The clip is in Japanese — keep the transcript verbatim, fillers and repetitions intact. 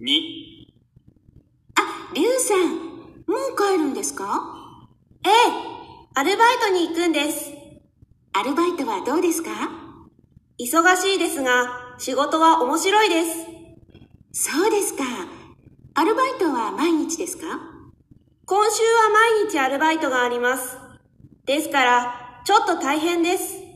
に。 あ、リュウさん、もう帰るんですか？ ええ、アルバイトに行くんです。 アルバイトはどうですか？ 忙しいですが、仕事は面白いです。 そうですか。アルバイトは毎日ですか？ 今週は毎日アルバイトがあります。ですから、ちょっと大変です。